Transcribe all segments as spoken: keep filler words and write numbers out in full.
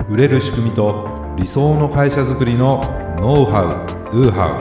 売れる仕組みと理想の会社づくりのノウハウ・ドゥハ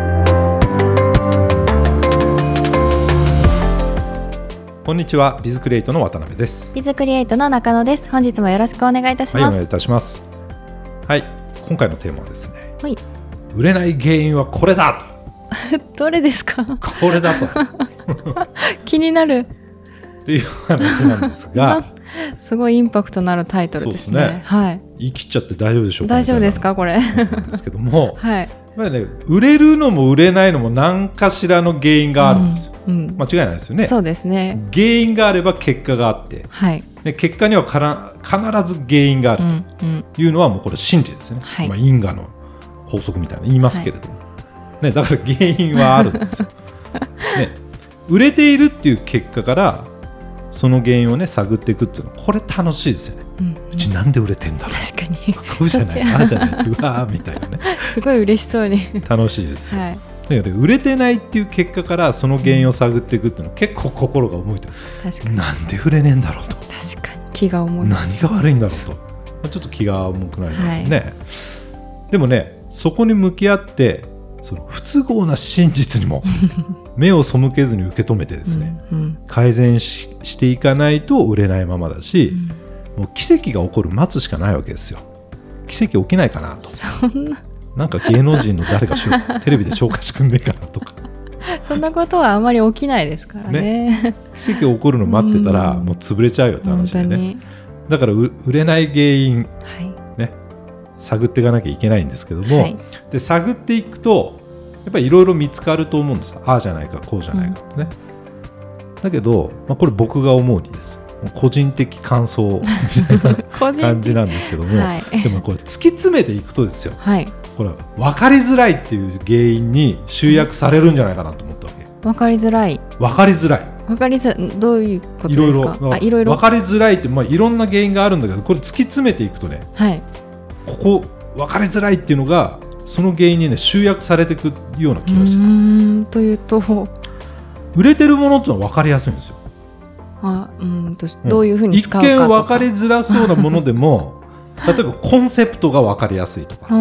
ウ。こんにちは、ビズクリエイトの渡辺です。 ビズクリエイトの中野です。本日もよろしくお願いいたします。 はい、お願いいたします。はい、今回のテーマはですね、 はい、 売れない原因はこれだとどれですか？ これだと気になるっていう話なんですがすごいインパクトのあるタイトルですね。そうですね、はい、 言い切っちゃって大丈夫でしょうか。 大丈夫ですかこれなんですけども、 はい、 まあね、売れるのも売れないのも何かしらの原因があるんですよ、うんうん、間違いないですよね。 そうですね。 原因があれば結果があって、はい、で結果にはから必ず原因があるというのはもうこれ真理ですよね、はい、まあ、因果の法則みたいな言いますけれども、はいね、だから原因はあるんですよ、ね、売れているっていう結果からその原因をね探っていくっていうのはこれ楽しいですよね、うんうん、うちなんで売れてんだろう、 確かにこうじゃないああじゃないうわーみたいなねすごい嬉しそうに楽しいですよ、はい、だから売れてないっていう結果からその原因を探っていくっていうのは結構心が重いと、確かになんで売れねえんだろうと、 確かに気が重い、 何が悪いんだろうとちょっと気が重くなりますよね、はい、でもねそこに向き合ってその不都合な真実にも目を背けずに受け止めてですねうん、うん、改善 し, していかないと売れないままだし、うん、もう奇跡が起こる待つしかないわけですよ。奇跡起きないかなと、 そんななんか芸能人の誰かテレビで紹介してくんねえかなとかそんなことはあまり起きないですからね、ね、 奇跡起こるの待ってたらもう潰れちゃうよって話でね。だから売れない原因、はいね、探っていかなきゃいけないんですけども、はい、で探っていくとやっぱりいろいろ見つかると思うんです。ああじゃないかこうじゃないかってね、うん、だけど、まあ、これ僕が思うにです個人的感想みたいな感じなんですけども、はい、でもこれ突き詰めていくとですよ、はい、これ分かりづらいっていう原因に集約されるんじゃないかなと思ったわけ。 分かりづらい分かりづらい分かりづらいどういうことですか？ いろいろ、あ、いろいろ分かりづらいって、まあ、いろんな原因があるんだけどこれ突き詰めていくとね、はい、ここ分かりづらいっていうのがその原因にね集約されていくような気がします。うーんというと売れてるものってのは分かりやすいんですよ。 あうんとどういうふうに使うかとか、 一見分かりづらそうなものでも例えばコンセプトが分かりやすいとか、うん、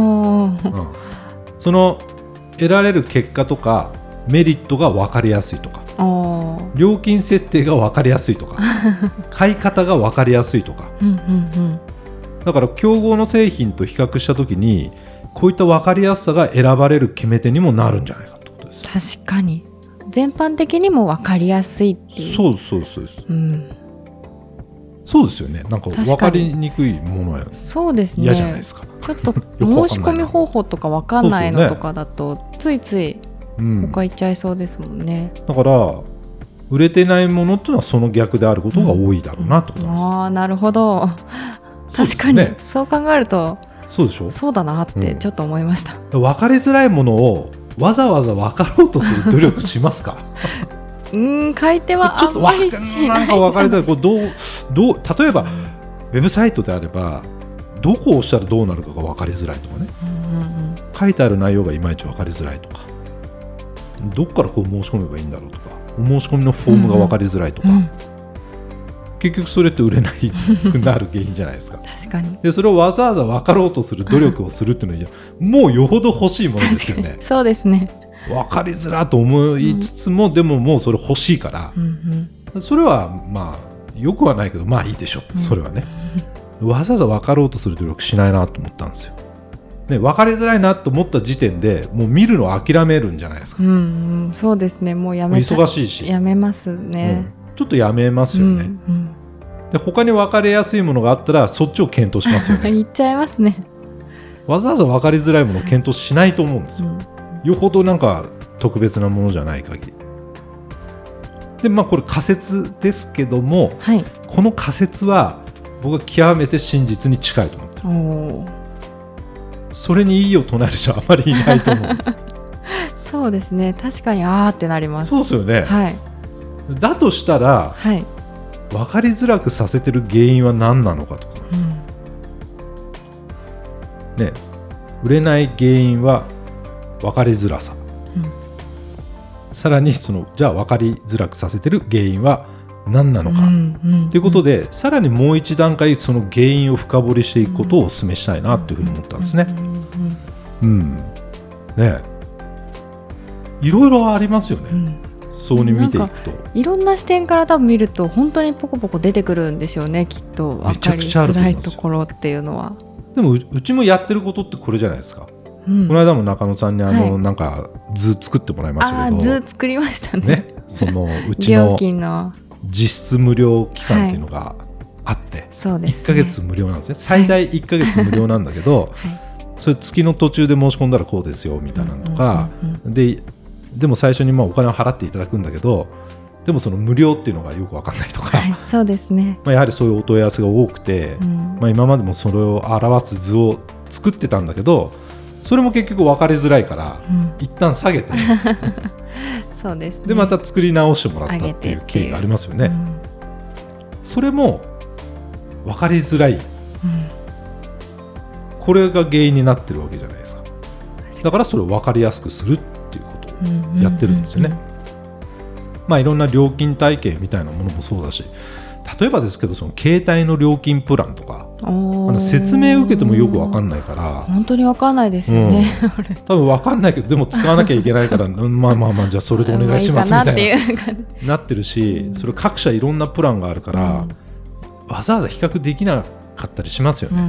その得られる結果とかメリットが分かりやすいとか料金設定が分かりやすいとか買い方が分かりやすいとか、うんうんうん、だから競合の製品と比較したときにこういった分かりやすさが選ばれる決め手にもなるんじゃないかってことです。 確かに全般的にも分かりやすいっていう。 そうそうそうです、うん、そうですよね。なんか分かりにくいものはそうですね、 嫌じゃないですか。 ちょっと申し込み方法とか分かんないのとかだとついつい他行っちゃいそうですもんね、 うん、だから売れてないものっていうのはその逆であることが多いだろうなってことなんです、うん、 ああなるほど確かに そう、ね、そう考えるとそうでしょ、 そうだなってちょっと思いました、 うん、分かりづらいものをわざわざ分かろうとする努力しますかうーん買い手はあんまりしない。 なんか分かりづらいこうどうどう例えばウェブサイトであればどこを押したらどうなるかが分かりづらいとかね、うんうんうん、書いてある内容がいまいち分かりづらいとかどっからこう申し込めばいいんだろうとかお申し込みのフォームが分かりづらいとか、うんうん、結局それって売れなくなる原因じゃないですか確かに。でそれをわざわざ分かろうとする努力をするっていうのはもうよほど欲しいものですよね。 そうですね。 分かりづらと思いつつも、うん、でももうそれ欲しいから、うんうん、それはまあよくはないけどまあいいでしょう、うん、それはねわざわざ分かろうとする努力しないなと思ったんですよ、ね、分かりづらいなと思った時点でもう見るのを諦めるんじゃないですか、うんうん、 そうですね。もうやめた忙しいしやめますね、 うん、ちょっとやめますよね、うんうん、で他に分かりやすいものがあったらそっちを検討しますよね言っちゃいますね。 わざわざ分かりづらいものを検討しないと思うんですよ、うん、よほどなんか特別なものじゃない限りで、まあ、これ仮説ですけども、はい、この仮説は僕は極めて真実に近いと思ってる。おそれに異議を唱える人はあまりいないと思うんですそうですね。確かにあーってなります。 そうですよね、はい、だとしたら、はい、分かりづらくさせてる原因は何なのかとか、うんね、売れない原因は分かりづらさ、うん、さらにそのじゃあ分かりづらくさせてる原因は何なのか、うんうんうん、ということでさらにもう一段階その原因を深掘りしていくことをお勧めしたいなというふうに思ったんですね。うん、うん、ね、いろいろありますよね、うん、そうに見ていくといろんな視点から多分見ると本当にポコポコ出てくるんでしょうね、きっと。分かりづらいところっていうのは。 でも う, うちもやってることってこれじゃないですか、うん、この間も中野さんにあの、はい、なんか図作ってもらいましたけど、 あ図作りました ね, ねそのうちの実質無料期間っていうのがあって、はい、そうですね、いっかげつ無料なんですね。最大いっかげつ無料なんだけど、はい、それ月の途中で申し込んだらこうですよみたいなのとか、うんうんうんうん、で, でも最初にまあお金を払っていただくんだけど、でもその無料っていうのがよく分かんないとか、はい、 そうですね、 まあ、やはりそういうお問い合わせが多くて、うん、まあ、今までもそれを表す図を作ってたんだけど、それも結局分かりづらいから、うん、一旦下げてそうですね、 でまた作り直してもらったっていう経緯がありますよね、うん、それも分かりづらい、うん、これが原因になってるわけじゃないですか。だからそれを分かりやすくするっていうことをやってるんですよね、うんうんうんうん。まあ、いろんな料金体系みたいなものもそうだし、例えばですけどその携帯の料金プランとか説明受けてもよく分かんないから、 本当に分かんないですよね、 うん、多分分かんないけどでも使わなきゃいけないからまあまあまあじゃあそれでお願いしますみたい な, いな, なってるし、それ各社いろんなプランがあるから、うん、わざわざ比較できなかったりしますよね、うんうん、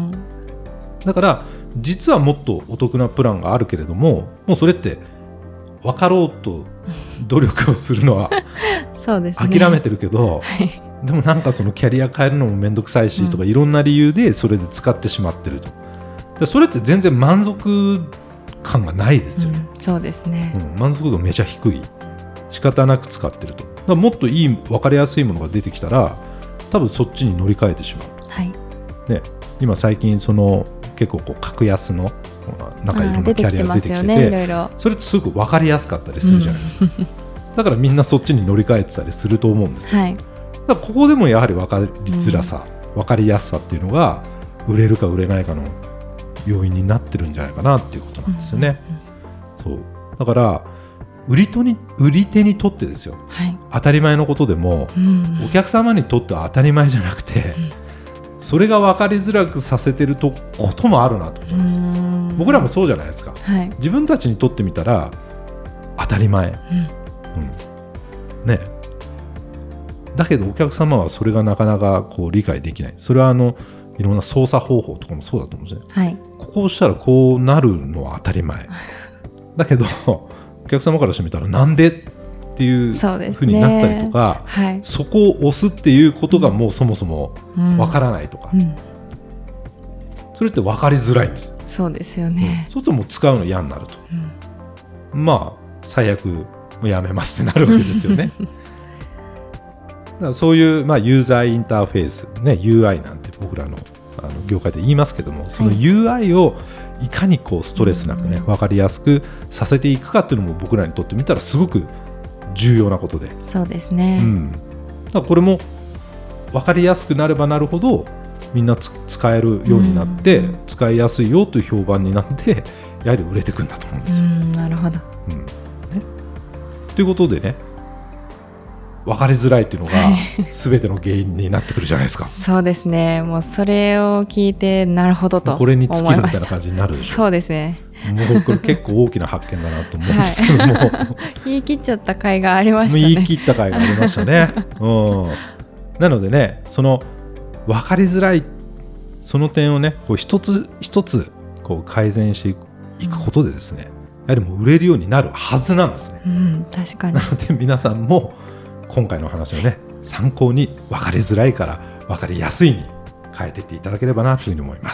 だから実はもっとお得なプランがあるけれども、もうそれって分かろうと努力をするのはそうですね、 諦めてるけど、はい、でもなんかそのキャリア変えるのもめんどくさいしとか、いろんな理由でそれで使ってしまってると。でそれって全然満足感がないですよね、 うん、そうですね、 うん、満足度めちゃ低い、仕方なく使ってると。だからもっといい分かりやすいものが出てきたら多分そっちに乗り換えてしまう、はいね、今最近その結構こう格安のなんかいろんなキャリアが出てきてて、ね、いろいろそれってすごく分かりやすかったりするじゃないですか、うん、だからみんなそっちに乗り換えてたりすると思うんですよ、はい、だからここでもやはり分かりづらさ、うん、分かりやすさっていうのが売れるか売れないかの要因になってるんじゃないかなっていうことなんですよね、うんうん、そうだから売り手に、売り手にとってですよ、はい、当たり前のことでも、うん、お客様にとっては当たり前じゃなくて、うん、それが分かりづらくさせてるとこともあるなと思います。僕らもそうじゃないですか、はい、自分たちにとってみたら当たり前、うんうんね、だけどお客様はそれがなかなかこう理解できない。それはあのいろんな操作方法とかもそうだと思うんですね、はい、ここをしたらこうなるのは当たり前だけどお客様からしてみたらなんでっていう風になったりとか、 そ,、ねはい、そこを押すっていうことがもうそもそもわからないとか、うんうん、それって分かりづらいんです。 そうですよね、 うん、そうするともう使うの嫌になると、うん、まあ最悪もうやめますってなるわけですよねだからそういう、まあ、ユーザーインターフェース、ね、ユーアイ なんて僕ら の, あの業界で言いますけども、その ユーアイ をいかにこうストレスなくね、分かりやすくさせていくかっていうのも僕らにとってみたらすごく重要なことで。 そうですね、 うん、だからこれも分かりやすくなればなるほどみんなつ使えるようになって、うん、使いやすいよという評判になってやはり売れていくんだと思うんですよ、うん、 なるほど、 うんね、ということでね、分かりづらいっていうのが全ての原因になってくるじゃないですかそうですね、もうそれを聞いてなるほどと思いました。 これに尽きるみたいな感じになるでしょ。 そうですね、 もうこれ結構大きな発見だなと思うんですけども、はい、 言い切っちゃった回がありましたね。 言い切った回がありましたね、うん、なのでね、その分かりづらいその点をねこう一つ一つこう改善していくことでですね、やはりもう売れるようになるはずなんですね、 うん、確かに。 なので皆さんも今回の話をね参考に分かりづらいから分かりやすいに変えていっていただければなというふうに思います。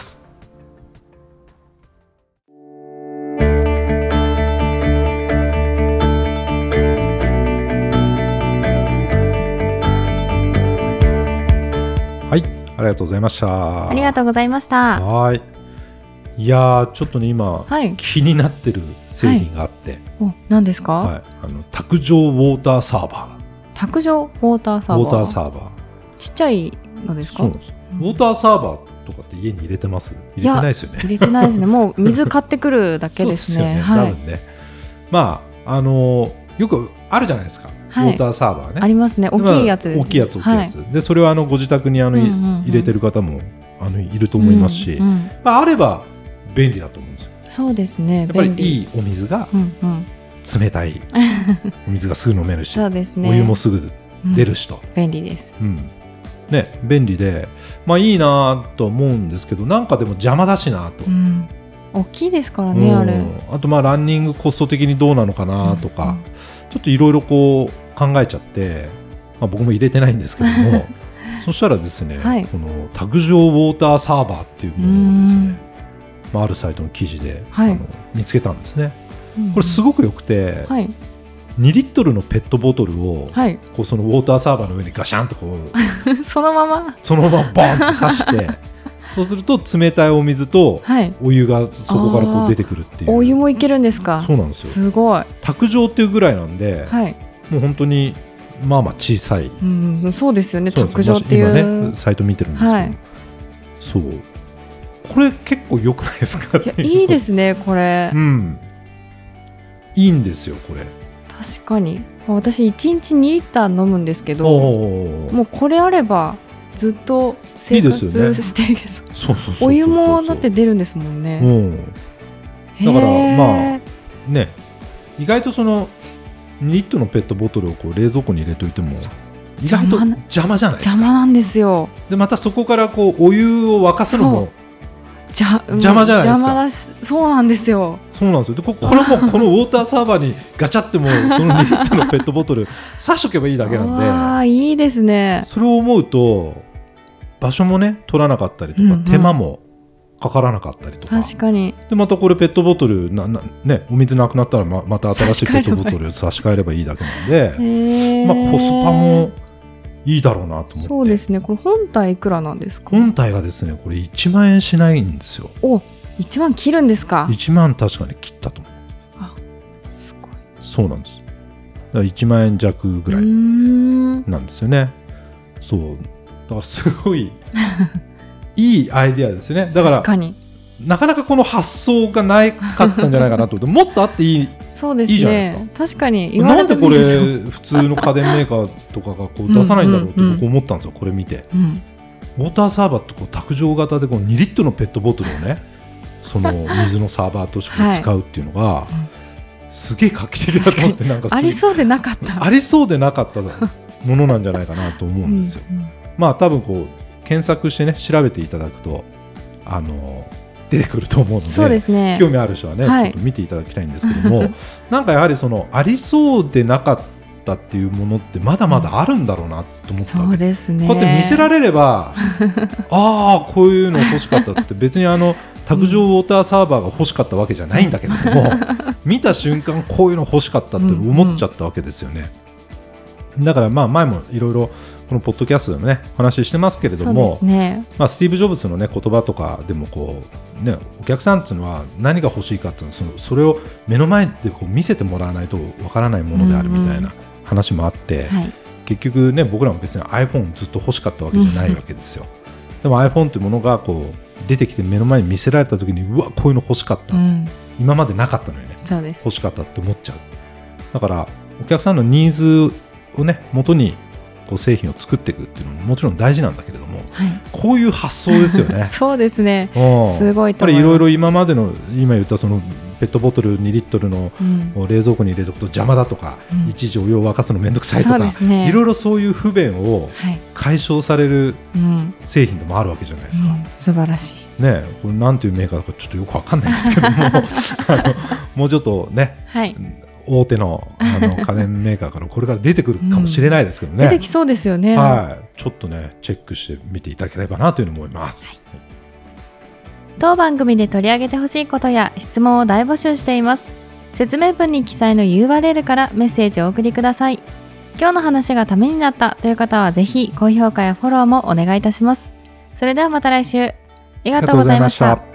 はい、ありがとうございました。 ありがとうございました。 はい、いやちょっとね今、はい、気になってる製品があって、 はい、お、何ですか？ はい、あの卓上ウォーターサーバー。 卓上ウォーターサーバー。 ウォーターサーバー。 ちっちゃいのですか？ そうです、うん、ウォーターサーバーとかって家に入れてます？入れてないですよね。 入れてないですね。もう水買ってくるだけですね。 そうですよね、はい、多分ね。まああのよくあるじゃないですか。 はい、ウォーターサーバーねありますね。大きいやつです、ね、 大きいやつ大きいやつ、はい、でそれはあのご自宅にあの、うんうんうん、入れてる方もあのいると思いますし、うんうんまあ、あれば便利だと思うんですよ。 そうですね。 やっぱりいいお水が、うんうん、冷たいお水がすぐ飲めるしそうです、ね、お湯もすぐ出るしと、 うん、便利です、 うんね、便利で、まあ、いいなと思うんですけどなんかでも邪魔だしなと、うん、 大きいですからね、うん、あれあとまあランニングコスト的にどうなのかなとか、うんうん、ちょっといろいろこう考えちゃって、まあ、僕も入れてないんですけどもそしたらですね、はい、この卓上ウォーターサーバーっていうものをですね、まあ、あるサイトの記事で、はい、あの見つけたんですね、うん、これすごくよくて、はい、にリットルのペットボトルを、はい、こうそのウォーターサーバーの上にガシャンとこうそのままそのままバーンって刺してそうすると冷たいお水とお湯がそこからこう出てくるっていう、 はい、お湯もいけるんですか。 そうなんですよ。 すごい。 卓上っていうぐらいなんで、はい、もう本当にまあまあ小さい、 うん、そうですよね。卓上っていう、 今ねサイト見てるんですけど、はい、そうこれ結構良くないですか。 いやいいですねこれ、 うん、いいんですよこれ。 確かに私いちにちにリッター飲むんですけど、もうこれあればずっと生活していけそう。そうそうそうそう。お湯もだって出るんですもんね、うん、 だからまあね意外とそのにリットルのペットボトルをこう冷蔵庫に入れといても意外と邪魔じゃないですか。 邪魔なんですよ。 でまたそこからこうお湯を沸かすのも邪魔じゃないですか。邪魔だし、 そうなんですよ。 そうなんですよ。で こ, これもこのウォーターサーバーにガチャってもそのにリットルのペットボトル刺しとけばいいだけなんでああいいですね。 それを思うと場所もね取らなかったりとか、うんうん、手間もかからなかったりとか。 確かに。 でまたこれペットボトルなな、ね、お水なくなったら ま, また新しいペットボトルを差し替えればいいだけなんでまあ、コスパもいいだろうなと思って。 そうですね。これ本体いくらなんですか。 本体がですねこれいちまんえんしないんですよ。 おいちまん切るんですか。 いちまん確かに切ったと思う。 あすごい。 そうなんです。だからいちまんえん弱ぐらいなんですよね。そうだからすごいいいアイデアですよね。だから確かになかなかこの発想がなかったんじゃないかなと思ってもっとあっていい。 そうですね、いいじゃないですか。確かに言われてみるとなんでこれ普通の家電メーカーとかがこう出さないんだろうって僕思ったんですよ、これ見て、うん、ウォーターサーバーってこう卓上型でこうにリットルのペットボトルをねその水のサーバーとして使うっていうのが、はい、すげえ画期的だと思って。なんかありそうでなかったありそうでなかったものなんじゃないかなと思うんですよ、うんうん、まあ多分こう検索してね調べていただくとあの出てくると思うの で, そうですね、 興味ある人はね、はい、ちょっと見ていただきたいんですけどもなんかやはりそのありそうでなかったっていうものってまだまだあるんだろうなと思った、うん、 そうですね。 こうやって見せられればああこういうの欲しかったって別にあの卓上ウォーターサーバーが欲しかったわけじゃないんだけども、うん、見た瞬間こういうの欲しかったって思っちゃったわけですよね、うんうん、だからまあ前もいろいろこのポッドキャストでもねお話ししてますけれども、そうですね、まあ、スティーブ・ジョブズの、ね、言葉とかでもこう、ね、お客さんっていうのは何が欲しいかっていうのはそのそれを目の前でこう見せてもらわないとわからないものであるみたいな話もあって、うんうんはい、結局、ね、僕らも別に iPhone ずっと欲しかったわけじゃないわけですよ、うん、でも iPhone というものがこう出てきて目の前に見せられた時にうわこういうの欲しかった、うん、今までなかったのにねそうです欲しかったって思っちゃう。だからお客さんのニーズをね元にこう製品を作っていくっていうのももちろん大事なんだけれども、はい、こういう発想ですよねそうですね、すごいと思います。 やっぱりいろいろ今までの今言ったそのペットボトルにリットルの冷蔵庫に入れておくと邪魔だとか、うん、いちいちお湯を沸かすのめんどくさいとか、ね、いろいろそういう不便を解消される製品でもあるわけじゃないですか、うんうん、 素晴らしい、 ね、これなんていうメーカーだかちょっとよくわかんないですけどもあのもうちょっとね、はい大手 の, あの家電メーカーからこれから出てくるかもしれないですけどね、 うん、出てきそうですよね、 はい、ちょっとねチェックしてみていただければなというふうに思います、はい、 当番組で取り上げてほしいことや質問を大募集しています。説明文に記載の ユーアールエル からメッセージをお送りください。今日の話がためになったという方はぜひ高評価やフォローもお願いいたします。それではまた来週。ありがとうございました。